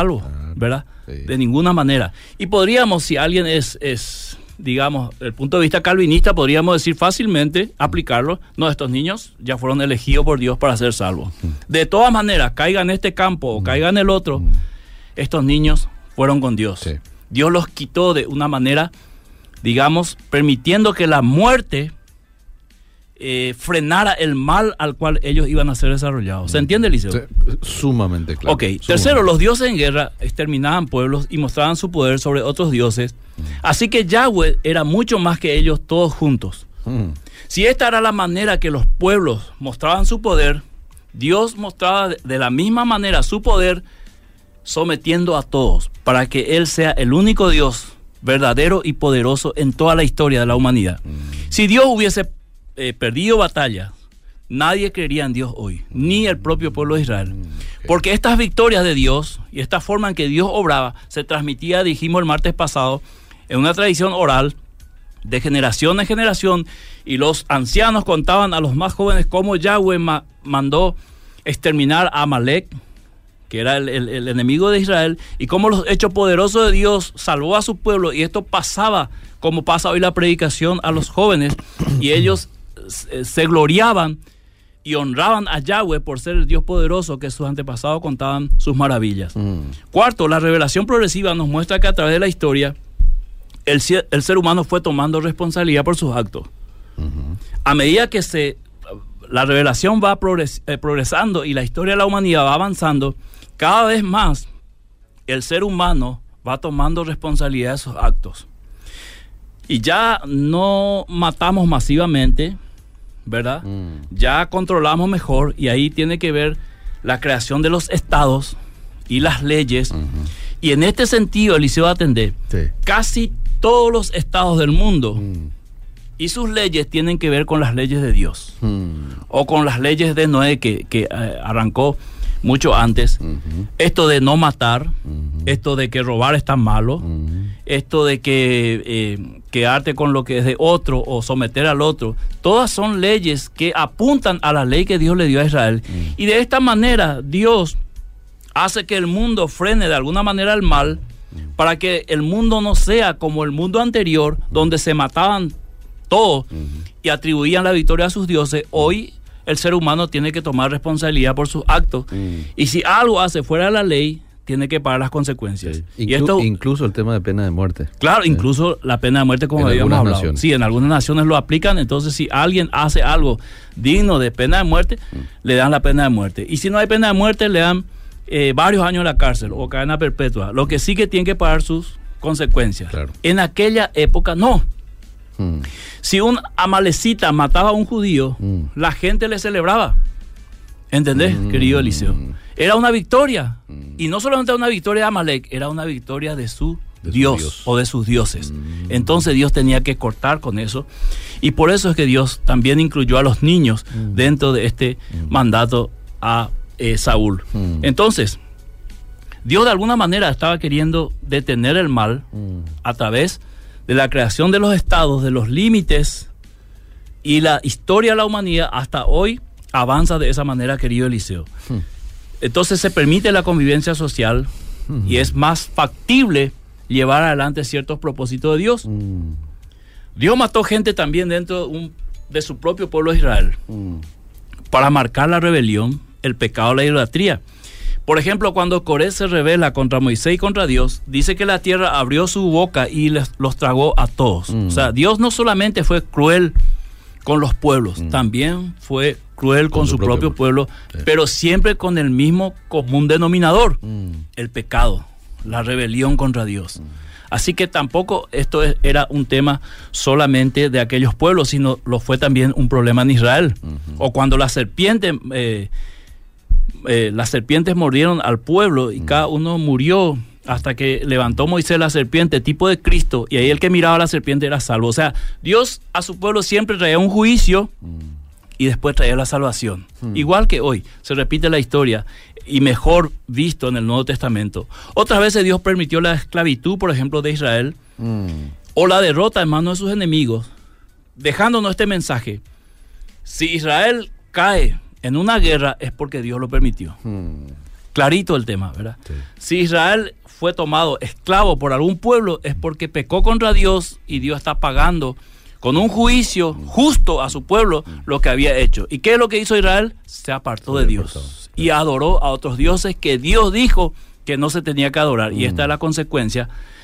¿verdad? Sí. De ninguna manera. Y podríamos, si alguien es, digamos, desde el punto de vista calvinista, podríamos decir fácilmente, aplicarlo, no, estos niños ya fueron elegidos por Dios para ser salvos. De todas maneras, caigan en este campo o caigan en el otro, estos niños fueron con Dios. Sí. Dios los quitó de una manera, digamos, permitiendo que la muerte frenara el mal al cual ellos iban a ser desarrollados. ¿Se entiende, Eliseo? Sí, sumamente claro. Ok, tercero, los dioses en guerra exterminaban pueblos y mostraban su poder sobre otros dioses. Así que Yahweh era mucho más que ellos todos juntos. Si esta era la manera que los pueblos mostraban su poder, Dios mostraba de la misma manera su poder sometiendo a todos para que Él sea el único Dios verdadero y poderoso en toda la historia de la humanidad. Si Dios hubiese perdido batalla, nadie creería en Dios hoy, ni el propio pueblo de Israel. Porque estas victorias de Dios y esta forma en que Dios obraba se transmitía, dijimos el martes pasado, en una tradición oral de generación en generación, y los ancianos contaban a los más jóvenes cómo Yahweh mandó exterminar a Amalek, que era el enemigo de Israel, y cómo los hechos poderosos de Dios salvó a su pueblo, y esto pasaba, como pasa hoy la predicación, a los jóvenes, y ellos se gloriaban y honraban a Yahweh por ser el Dios poderoso que sus antepasados contaban sus maravillas. Cuarto, la revelación progresiva nos muestra que a través de la historia el ser humano fue tomando responsabilidad por sus actos. A medida que la revelación va progresando y la historia de la humanidad va avanzando, cada vez más el ser humano va tomando responsabilidad de sus actos. Y ya no matamos masivamente, ¿verdad? Ya controlamos mejor, y ahí tiene que ver la creación de los estados y las leyes. Y en este sentido, Eliseo atendé, casi todos los estados del mundo y sus leyes tienen que ver con las leyes de Dios, o con las leyes de Noé que arrancó mucho antes. Esto de no matar, esto de que robar está malo, esto de que quedarte con lo que es de otro o someter al otro, todas son leyes que apuntan a la ley que Dios le dio a Israel. Y de esta manera Dios hace que el mundo frene de alguna manera el mal, para que el mundo no sea como el mundo anterior, donde se mataban todos y atribuían la victoria a sus dioses. Hoy el ser humano tiene que tomar responsabilidad por sus actos, y si algo hace fuera de la ley, tiene que pagar las consecuencias. Y esto, incluso el tema de pena de muerte. Claro, incluso la pena de muerte, como habíamos hablado. Naciones. Sí, en algunas naciones lo aplican. Entonces, si alguien hace algo digno de pena de muerte, le dan la pena de muerte. Y si no hay pena de muerte, le dan varios años en la cárcel o cadena perpetua. Lo que sí que tiene que pagar sus consecuencias. Claro. En aquella época, no. Si un amalecita mataba a un judío, la gente le celebraba. ¿Entendés, querido Eliseo? Era una victoria. Y no solamente una victoria de Amalek, era una victoria de su Dios o de sus dioses. Entonces Dios tenía que cortar con eso. Y por eso es que Dios también incluyó a los niños dentro de este mandato a Saúl. Entonces, Dios de alguna manera estaba queriendo detener el mal a través de la creación de los estados, de los límites, y la historia de la humanidad hasta hoy avanza de esa manera, querido Eliseo. Entonces se permite la convivencia social y es más factible llevar adelante ciertos propósitos de Dios. Dios mató gente también dentro de su propio pueblo de Israel para marcar la rebelión, el pecado, la idolatría. Por ejemplo, cuando Coré se rebela contra Moisés y contra Dios, dice que la tierra abrió su boca y los tragó a todos. O sea, Dios no solamente fue cruel con los pueblos, también fue cruel con su propio pueblo, pero siempre con el mismo común denominador, el pecado, la rebelión contra Dios. Así que tampoco esto era un tema solamente de aquellos pueblos, sino lo fue también un problema en Israel. O cuando las serpientes mordieron al pueblo y cada uno murió hasta que levantó Moisés la serpiente, tipo de Cristo, y ahí el que miraba a la serpiente era salvo. O sea, Dios a su pueblo siempre traía un juicio y después traía la salvación. Igual que hoy, se repite la historia, y mejor visto en el Nuevo Testamento. Otras veces Dios permitió la esclavitud, por ejemplo, de Israel, o la derrota en manos de sus enemigos, dejándonos este mensaje: si Israel cae en una guerra es porque Dios lo permitió. clarito el tema, ¿verdad? Sí. Si Israel fue tomado esclavo por algún pueblo, es porque pecó contra Dios y Dios está pagando con un juicio justo a su pueblo lo que había hecho. ¿Y qué es lo que hizo Israel? Se apartó de Dios y adoró a otros dioses que Dios dijo que no se tenía que adorar. Y esta es la consecuencia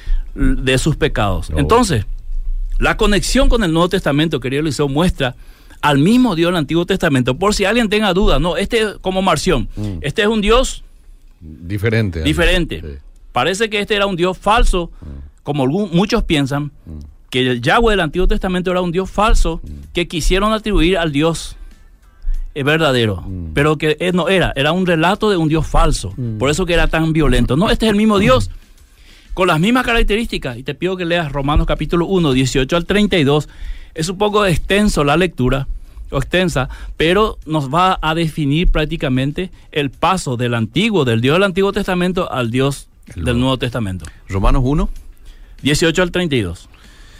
de sus pecados. Entonces, la conexión con el Nuevo Testamento, querido Eliseo, muestra al mismo Dios del Antiguo Testamento. Por si alguien tenga duda, no, este es como Marción. Este es un Dios diferente. Sí. Parece que este era un Dios falso, como muchos piensan, que el Yahweh del Antiguo Testamento era un Dios falso que quisieron atribuir al Dios verdadero, pero que no era un relato de un Dios falso, por eso que era tan violento. No, este es el mismo Dios, con las mismas características, y te pido que leas Romanos capítulo 1, 18 al 32, es un poco extenso la lectura, o extensa, pero nos va a definir prácticamente el paso del Dios del Antiguo Testamento al Dios del Nuevo Testamento. Romanos 1, 18 al 32.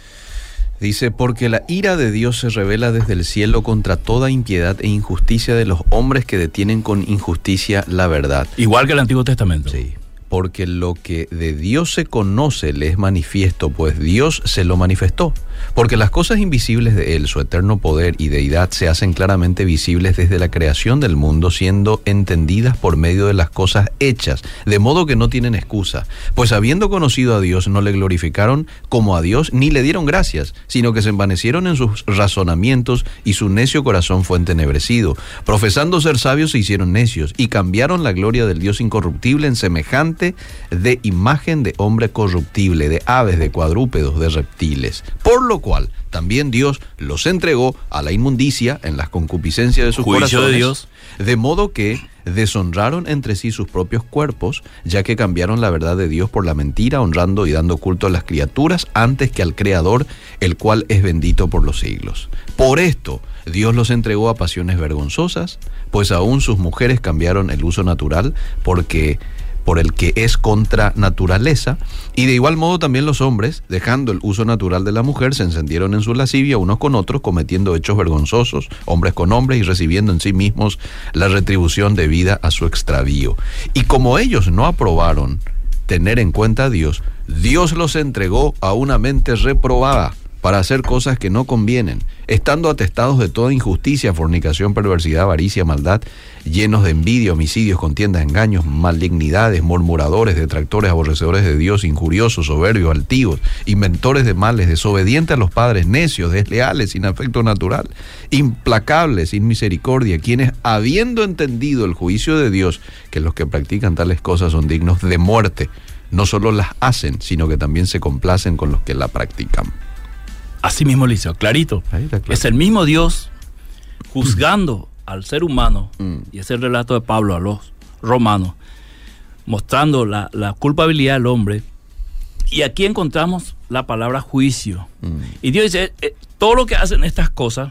Dice, porque la ira de Dios se revela desde el cielo contra toda impiedad e injusticia de los hombres que detienen con injusticia la verdad. Igual que el Antiguo Testamento. Sí, porque lo que de Dios se conoce le es manifiesto, pues Dios se lo manifestó. Porque las cosas invisibles de Él, su eterno poder y deidad, se hacen claramente visibles desde la creación del mundo, siendo entendidas por medio de las cosas hechas, de modo que no tienen excusa. Pues habiendo conocido a Dios, no le glorificaron como a Dios, ni le dieron gracias, sino que se envanecieron en sus razonamientos, y su necio corazón fue entenebrecido. Profesando ser sabios, se hicieron necios, y cambiaron la gloria del Dios incorruptible en semejante de imagen de hombre corruptible, de aves, de cuadrúpedos, de reptiles. Por lo cual también Dios los entregó a la inmundicia en las concupiscencias de sus Juicio corazones, de Dios. de modo que deshonraron entre sí sus propios cuerpos, ya que cambiaron la verdad de Dios por la mentira, honrando y dando culto a las criaturas antes que al Creador, el cual es bendito por los siglos. Por esto Dios los entregó a pasiones vergonzosas, pues aún sus mujeres cambiaron el uso natural por el que es contra naturaleza, y de igual modo también los hombres, dejando el uso natural de la mujer, se encendieron en su lascivia unos con otros, cometiendo hechos vergonzosos, hombres con hombres, y recibiendo en sí mismos la retribución debida a su extravío. Y como ellos no aprobaron tener en cuenta a Dios, Dios los entregó a una mente reprobada para hacer cosas que no convienen, estando atestados de toda injusticia, fornicación, perversidad, avaricia, maldad, llenos de envidia, homicidios, contiendas, engaños, malignidades, murmuradores, detractores, aborrecedores de Dios, injuriosos, soberbios, altivos, inventores de males, desobedientes a los padres, necios, desleales, sin afecto natural, implacables, sin misericordia, quienes, habiendo entendido el juicio de Dios, que los que practican tales cosas son dignos de muerte, no solo las hacen, sino que también se complacen con los que la practican. Así mismo, Eliseo, clarito. Ahí está claro. Es el mismo Dios juzgando al ser humano, y es el relato de Pablo a los romanos, mostrando la culpabilidad del hombre. Y aquí encontramos la palabra juicio. Y Dios dice, todo lo que hacen estas cosas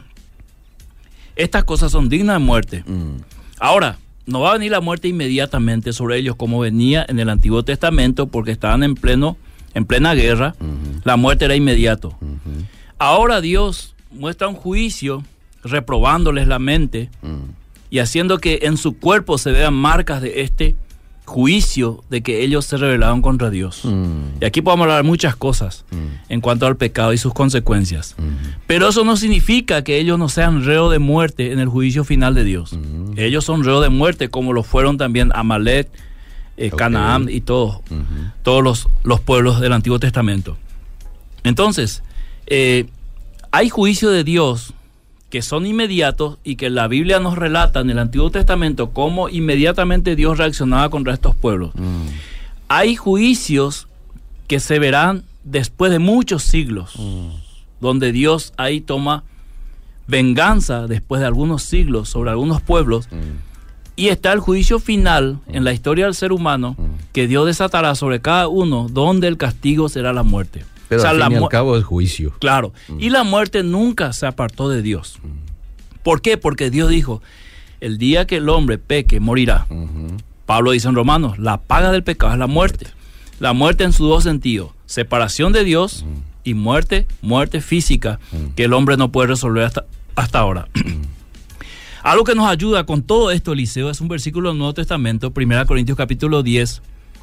son dignas de muerte. Ahora, no va a venir la muerte inmediatamente sobre ellos como venía en el Antiguo Testamento, porque estaban en plena guerra. La muerte era inmediato. Ahora Dios muestra un juicio reprobándoles la mente y haciendo que en su cuerpo se vean marcas de este juicio de que ellos se rebelaron contra Dios. Y aquí podemos hablar de muchas cosas en cuanto al pecado y sus consecuencias. Pero eso no significa que ellos no sean reo de muerte en el juicio final de Dios. Ellos son reo de muerte, como lo fueron también Amalek, Canaán y todos los pueblos del Antiguo Testamento. Entonces, hay juicio de Dios que son inmediatos y que la Biblia nos relata en el Antiguo Testamento cómo inmediatamente Dios reaccionaba contra estos pueblos. Hay juicios que se verán después de muchos siglos, donde Dios ahí toma venganza después de algunos siglos sobre algunos pueblos. Y está el juicio final en la historia del ser humano, que Dios desatará sobre cada uno, donde el castigo será la muerte. Pero al fin y al cabo es juicio. Claro. Y la muerte nunca se apartó de Dios. ¿Por qué? Porque Dios dijo, el día que el hombre peque, morirá. Pablo dice en Romanos, la paga del pecado es la muerte. La muerte en sus dos sentidos, separación de Dios y muerte física, que el hombre no puede resolver hasta ahora. Algo que nos ayuda con todo esto, Eliseo, es un versículo del Nuevo Testamento, 1 Corintios capítulo 10,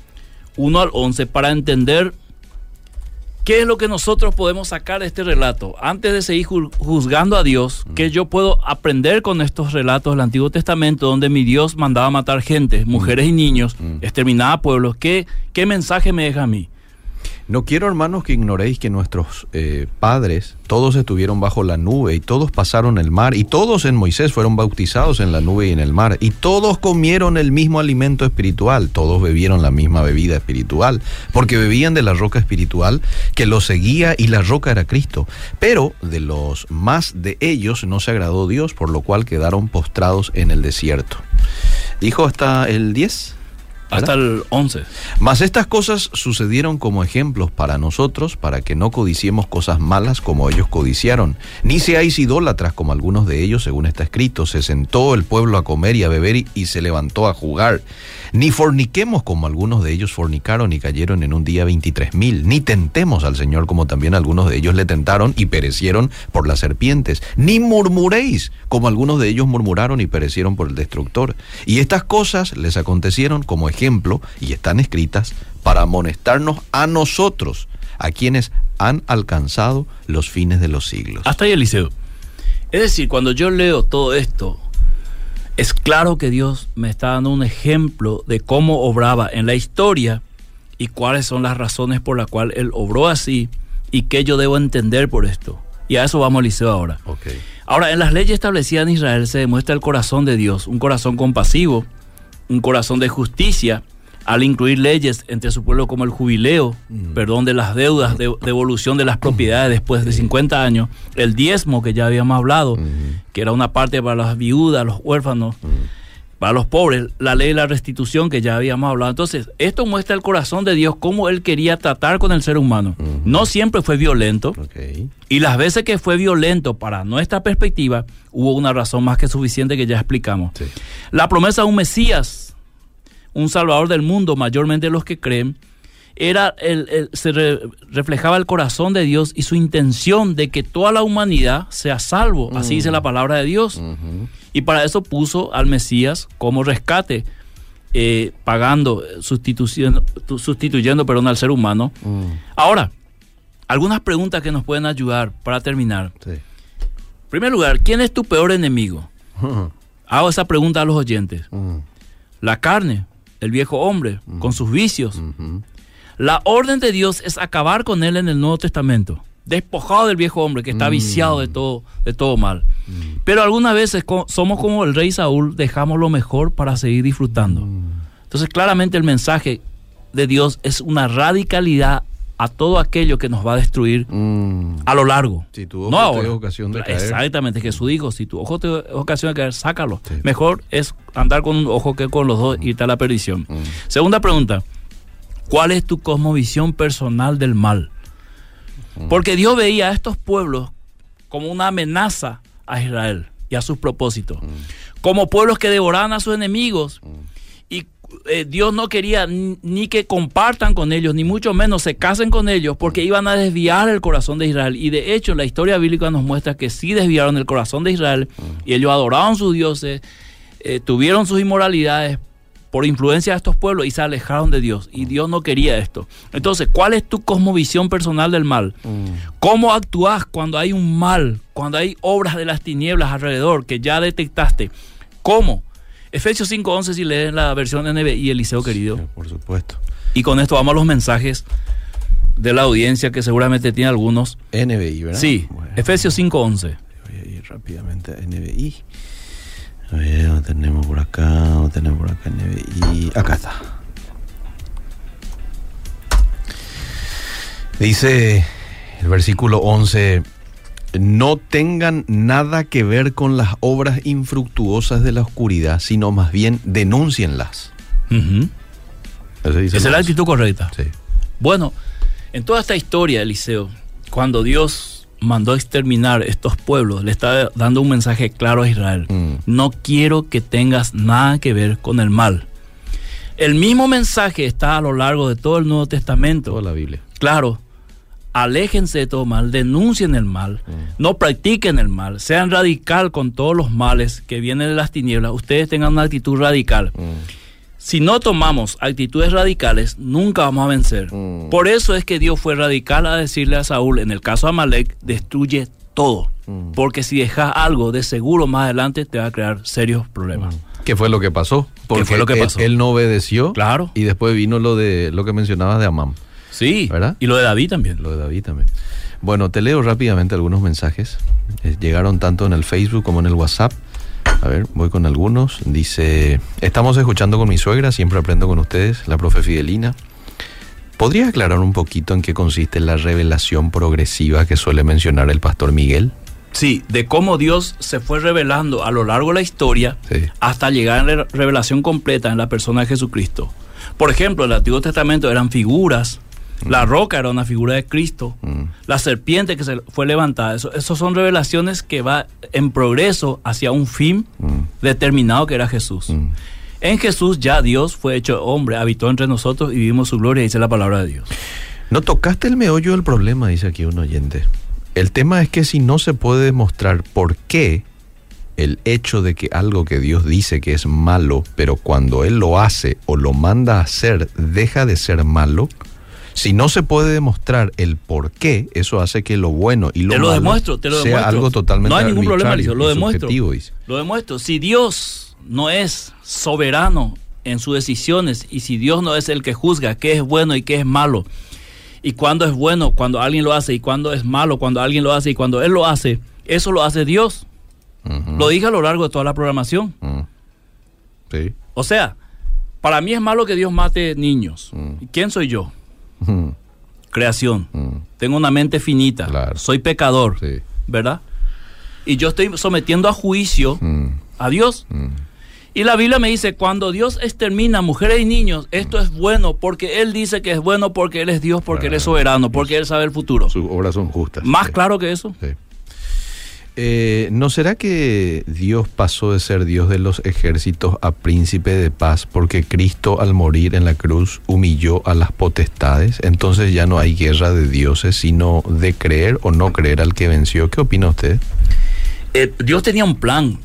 1 al 11, para entender qué es lo que nosotros podemos sacar de este relato. Antes de seguir juzgando a Dios, ¿qué yo puedo aprender con estos relatos del Antiguo Testamento, donde mi Dios mandaba matar gente, mujeres y niños, exterminaba pueblos? ¿Qué mensaje me deja a mí? No quiero, hermanos, que ignoréis que nuestros padres, todos estuvieron bajo la nube y todos pasaron el mar y todos en Moisés fueron bautizados en la nube y en el mar y todos comieron el mismo alimento espiritual, todos bebieron la misma bebida espiritual, porque bebían de la roca espiritual que los seguía y la roca era Cristo. Pero de los más de ellos no se agradó Dios, por lo cual quedaron postrados en el desierto. Dijo hasta el 10. Hasta el 11. Mas estas cosas sucedieron como ejemplos para nosotros, para que no codiciemos cosas malas como ellos codiciaron, ni seáis idólatras como algunos de ellos, según está escrito. Se sentó el pueblo a comer y a beber y se levantó a jugar. Ni forniquemos como algunos de ellos fornicaron y cayeron en un día 23,000. Ni tentemos al Señor como también algunos de ellos le tentaron y perecieron por las serpientes. Ni murmuréis como algunos de ellos murmuraron y perecieron por el destructor. Y estas cosas les acontecieron como ejemplo y están escritas para amonestarnos a nosotros, a quienes han alcanzado los fines de los siglos. Hasta ahí, Eliseo. Es decir, cuando yo leo todo esto, es claro que Dios me está dando un ejemplo de cómo obraba en la historia y cuáles son las razones por las cuales Él obró así y qué yo debo entender por esto. Y a eso vamos, Eliseo, ahora. Okay. Ahora, en las leyes establecidas en Israel se demuestra el corazón de Dios, un corazón compasivo, un corazón de justicia, al incluir leyes entre su pueblo como el jubileo, perdón de las deudas, devolución de las propiedades después de 50 años, el diezmo que ya habíamos hablado, que era una parte para las viudas, los huérfanos, para los pobres, la ley de la restitución que ya habíamos hablado. Entonces, esto muestra el corazón de Dios, cómo Él quería tratar con el ser humano. No siempre fue violento, y las veces que fue violento para nuestra perspectiva, hubo una razón más que suficiente que ya explicamos. Sí. La promesa de un Mesías, un Salvador del mundo, mayormente los que creen, reflejaba el corazón de Dios y su intención de que toda la humanidad sea salvo, así dice la palabra de Dios. Y para eso puso al Mesías como rescate, pagando, sustituyendo al ser humano. Ahora, algunas preguntas que nos pueden ayudar para terminar. Sí. En primer lugar, ¿quién es tu peor enemigo? Hago esa pregunta a los oyentes. La carne, el viejo hombre, con sus vicios. La orden de Dios es acabar con él en el Nuevo Testamento, despojado del viejo hombre que está viciado de todo mal. Pero algunas veces somos como el rey Saúl, dejamos lo mejor para seguir disfrutando. Entonces, claramente el mensaje de Dios es una radicalidad a todo aquello que nos va a destruir a lo largo. Si tu ojo te da ocasión de caer. Exactamente, Jesús dijo, si tu ojo te da ocasión de caer, sácalo. Sí. Mejor es andar con un ojo que con los dos y irte a la perdición. Segunda pregunta, ¿cuál es tu cosmovisión personal del mal? Porque Dios veía a estos pueblos como una amenaza a Israel y a sus propósitos, como pueblos que devoraban a sus enemigos. Y Dios no quería ni que compartan con ellos, ni mucho menos se casen con ellos, porque iban a desviar el corazón de Israel. Y de hecho, la historia bíblica nos muestra que sí desviaron el corazón de Israel, y ellos adoraban sus dioses, tuvieron sus inmoralidades por influencia de estos pueblos y se alejaron de Dios. Y Dios no quería esto. Entonces, ¿cuál es tu cosmovisión personal del mal? ¿Cómo actúas cuando hay un mal, cuando hay obras de las tinieblas alrededor que ya detectaste? ¿Cómo? Efesios 5:11, si lees la versión NBI, Eliseo querido. Sí, por supuesto. Y con esto vamos a los mensajes de la audiencia, que seguramente tiene algunos. NBI, ¿verdad? Sí, bueno, Efesios 5:11. Voy a ir rápidamente a NBI. A ver, ¿dónde tenemos por acá? ¿Dónde tenemos por acá NBI? Acá está. Dice el versículo 11... No tengan nada que ver con las obras infructuosas de la oscuridad, sino más bien denúncienlas. Esa es la actitud correcta. Sí. Bueno, en toda esta historia, Eliseo, cuando Dios mandó a exterminar estos pueblos, le está dando un mensaje claro a Israel. No quiero que tengas nada que ver con el mal. El mismo mensaje está a lo largo de todo el Nuevo Testamento. Toda la Biblia. Claro. aléjense de todo mal, denuncien el mal, no practiquen el mal, sean radical con todos los males que vienen de las tinieblas, ustedes tengan una actitud radical. Si no tomamos actitudes radicales, nunca vamos a vencer. Por eso es que Dios fue radical a decirle a Saúl, en el caso de Amalek, destruye todo. Porque si dejas algo, de seguro más adelante te va a crear serios problemas. ¿Qué fue lo que pasó? Porque fue lo que pasó? Él no obedeció. Claro. Y después vino lo que mencionabas de Amán. Sí, ¿verdad? Y lo de David también. Lo de David también. Bueno, te leo rápidamente algunos mensajes. Llegaron tanto en el Facebook como en el WhatsApp. A ver, voy con algunos. Dice, estamos escuchando con mi suegra, siempre aprendo con ustedes, la profe Fidelina. ¿Podrías aclarar un poquito en qué consiste la revelación progresiva que suele mencionar el pastor Miguel? Sí, de cómo Dios se fue revelando a lo largo de la historia, sí, hasta llegar a la revelación completa en la persona de Jesucristo. Por ejemplo, en el Antiguo Testamento eran figuras. La roca era una figura de Cristo. La serpiente que se fue levantada. Eso son revelaciones que va en progreso hacia un fin determinado que era Jesús. En Jesús ya Dios fue hecho hombre, habitó entre nosotros y vivimos su gloria, dice la palabra de Dios. No tocaste el meollo del problema, dice aquí un oyente. El tema es que si no se puede demostrar por qué el hecho de que algo que Dios dice que es malo, pero cuando Él lo hace o lo manda a hacer, deja de ser malo. Si no se puede demostrar el por qué, eso hace que lo bueno y lo malo sea algo totalmente no hay ningún problema, lo demuestro. Dice. Lo demuestro. Si Dios no es soberano en sus decisiones y si Dios no es el que juzga qué es bueno y qué es malo, y cuándo es bueno cuando alguien lo hace y cuándo es malo cuando alguien lo hace y cuando Él lo hace, eso lo hace Dios. Lo dije a lo largo de toda la programación. Sí. O sea, para mí es malo que Dios mate niños. ¿Quién soy yo? Creación. Tengo una mente finita. Claro. Soy pecador. Sí. ¿Verdad? Y yo estoy sometiendo a juicio a Dios. Y la Biblia me dice, cuando Dios extermina mujeres y niños, esto es bueno porque Él dice que es bueno, porque Él es Dios, porque Él es soberano, porque Él sabe el futuro. Sus obras son justas. Más claro que eso. Sí. ¿No será que Dios pasó de ser Dios de los ejércitos a príncipe de paz porque Cristo al morir en la cruz humilló a las potestades? Entonces ya no hay guerra de dioses, sino de creer o no creer al que venció. ¿Qué opina usted? Dios tenía un plan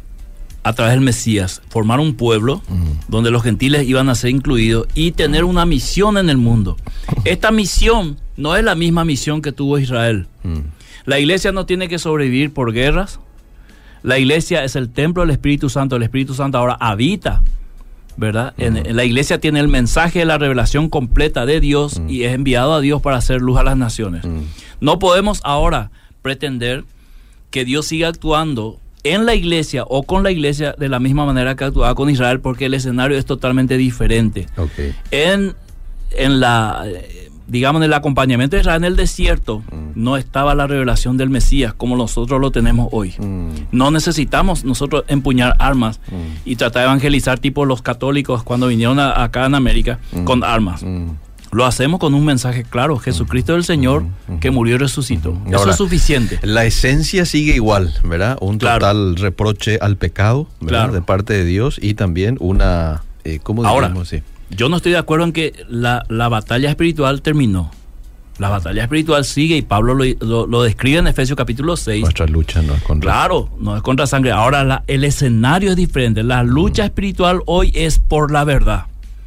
a través del Mesías, formar un pueblo donde los gentiles iban a ser incluidos y tener una misión en el mundo. Esta misión no es la misma misión que tuvo Israel. La iglesia no tiene que sobrevivir por guerras. La iglesia es el templo del Espíritu Santo. El Espíritu Santo ahora habita, ¿verdad? En la iglesia tiene el mensaje de la revelación completa de Dios y es enviado a Dios para hacer luz a las naciones. No podemos ahora pretender que Dios siga actuando en la iglesia o con la iglesia de la misma manera que actuaba con Israel, porque el escenario es totalmente diferente. Okay. En la... digamos, en el acompañamiento de Israel en el desierto, no estaba la revelación del Mesías como nosotros lo tenemos hoy. No necesitamos nosotros empuñar armas y tratar de evangelizar tipo los católicos cuando vinieron acá en América con armas. Lo hacemos con un mensaje claro: Jesucristo es el Señor que murió y resucitó. Eso Ahora, es suficiente. La esencia sigue igual, ¿verdad? Un total reproche al pecado, ¿verdad? De parte de Dios y también una... ¿cómo diríamos? Sí. Yo no estoy de acuerdo en que la batalla espiritual terminó. La batalla espiritual sigue y Pablo lo describe en Efesios capítulo 6. Nuestra lucha no es contra... Claro, no es contra sangre. Ahora el escenario es diferente. La lucha espiritual hoy es por la verdad.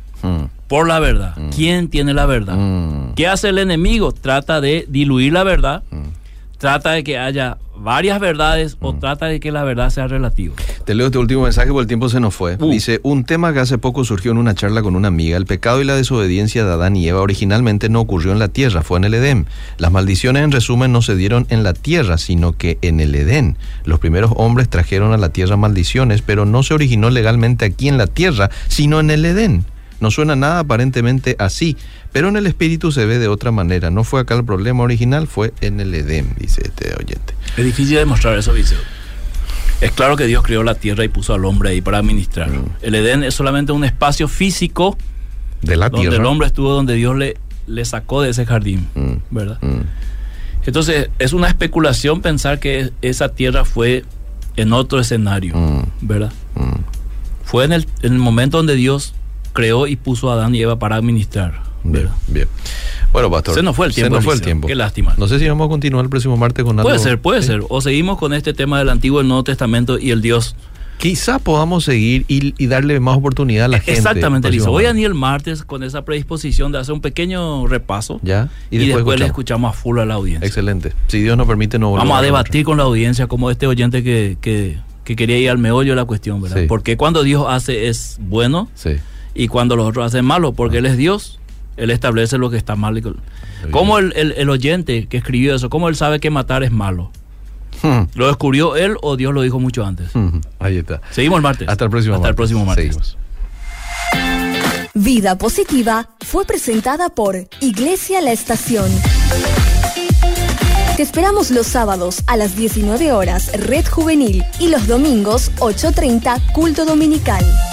Por la verdad. ¿Quién tiene la verdad? ¿Qué hace el enemigo? Trata de diluir la verdad. Trata de que haya varias verdades o trata de que la verdad sea relativa. Te leo este último mensaje porque el tiempo se nos fue. Dice, un tema que hace poco surgió en una charla con una amiga: el pecado y la desobediencia de Adán y Eva originalmente no ocurrió en la tierra, fue en el Edén. Las maldiciones, en resumen, no se dieron en la tierra, sino que en el Edén. Los primeros hombres trajeron a la tierra maldiciones, pero no se originó legalmente aquí en la tierra, sino en el Edén. No suena nada aparentemente así, pero en el espíritu se ve de otra manera. No fue acá el problema original, fue en el Edén, dice este oyente. Es difícil demostrar eso, Viseo. Es claro que Dios creó la tierra y puso al hombre ahí para administrar. El Edén es solamente un espacio físico de la donde tierra. El hombre estuvo, donde Dios le sacó de ese jardín, ¿verdad? Entonces es una especulación pensar que esa tierra fue en otro escenario, ¿verdad? Fue en el momento donde Dios creó y puso a Adán y Eva para administrar. Bien. Bueno, pastor. Se nos fue el tiempo. Qué lástima. No sé si vamos a continuar el próximo martes con algo. Puede ser. O seguimos con este tema del Antiguo y el Nuevo Testamento y el Dios. Quizá podamos seguir y darle más oportunidad a la gente. Exactamente, Elisa. Voy a ir el martes con esa predisposición de hacer un pequeño repaso. Ya. Y después le escuchamos a full a la audiencia. Excelente. Si Dios nos permite, no volvemos. Vamos a debatir con la audiencia, como este oyente que quería ir al meollo de la cuestión, ¿verdad? Sí. Porque cuando Dios hace es bueno, sí, y cuando los otros hacen malo, porque Él es Dios, Él establece lo que está mal. ¿Cómo el oyente que escribió eso, cómo él sabe que matar es malo? ¿Lo descubrió él o Dios lo dijo mucho antes? Ahí está. Seguimos el martes. Hasta el próximo martes. Seguimos. Vida Positiva fue presentada por Iglesia La Estación. Te esperamos los sábados a las 19 horas, Red Juvenil, y los domingos 8:30, Culto Dominical.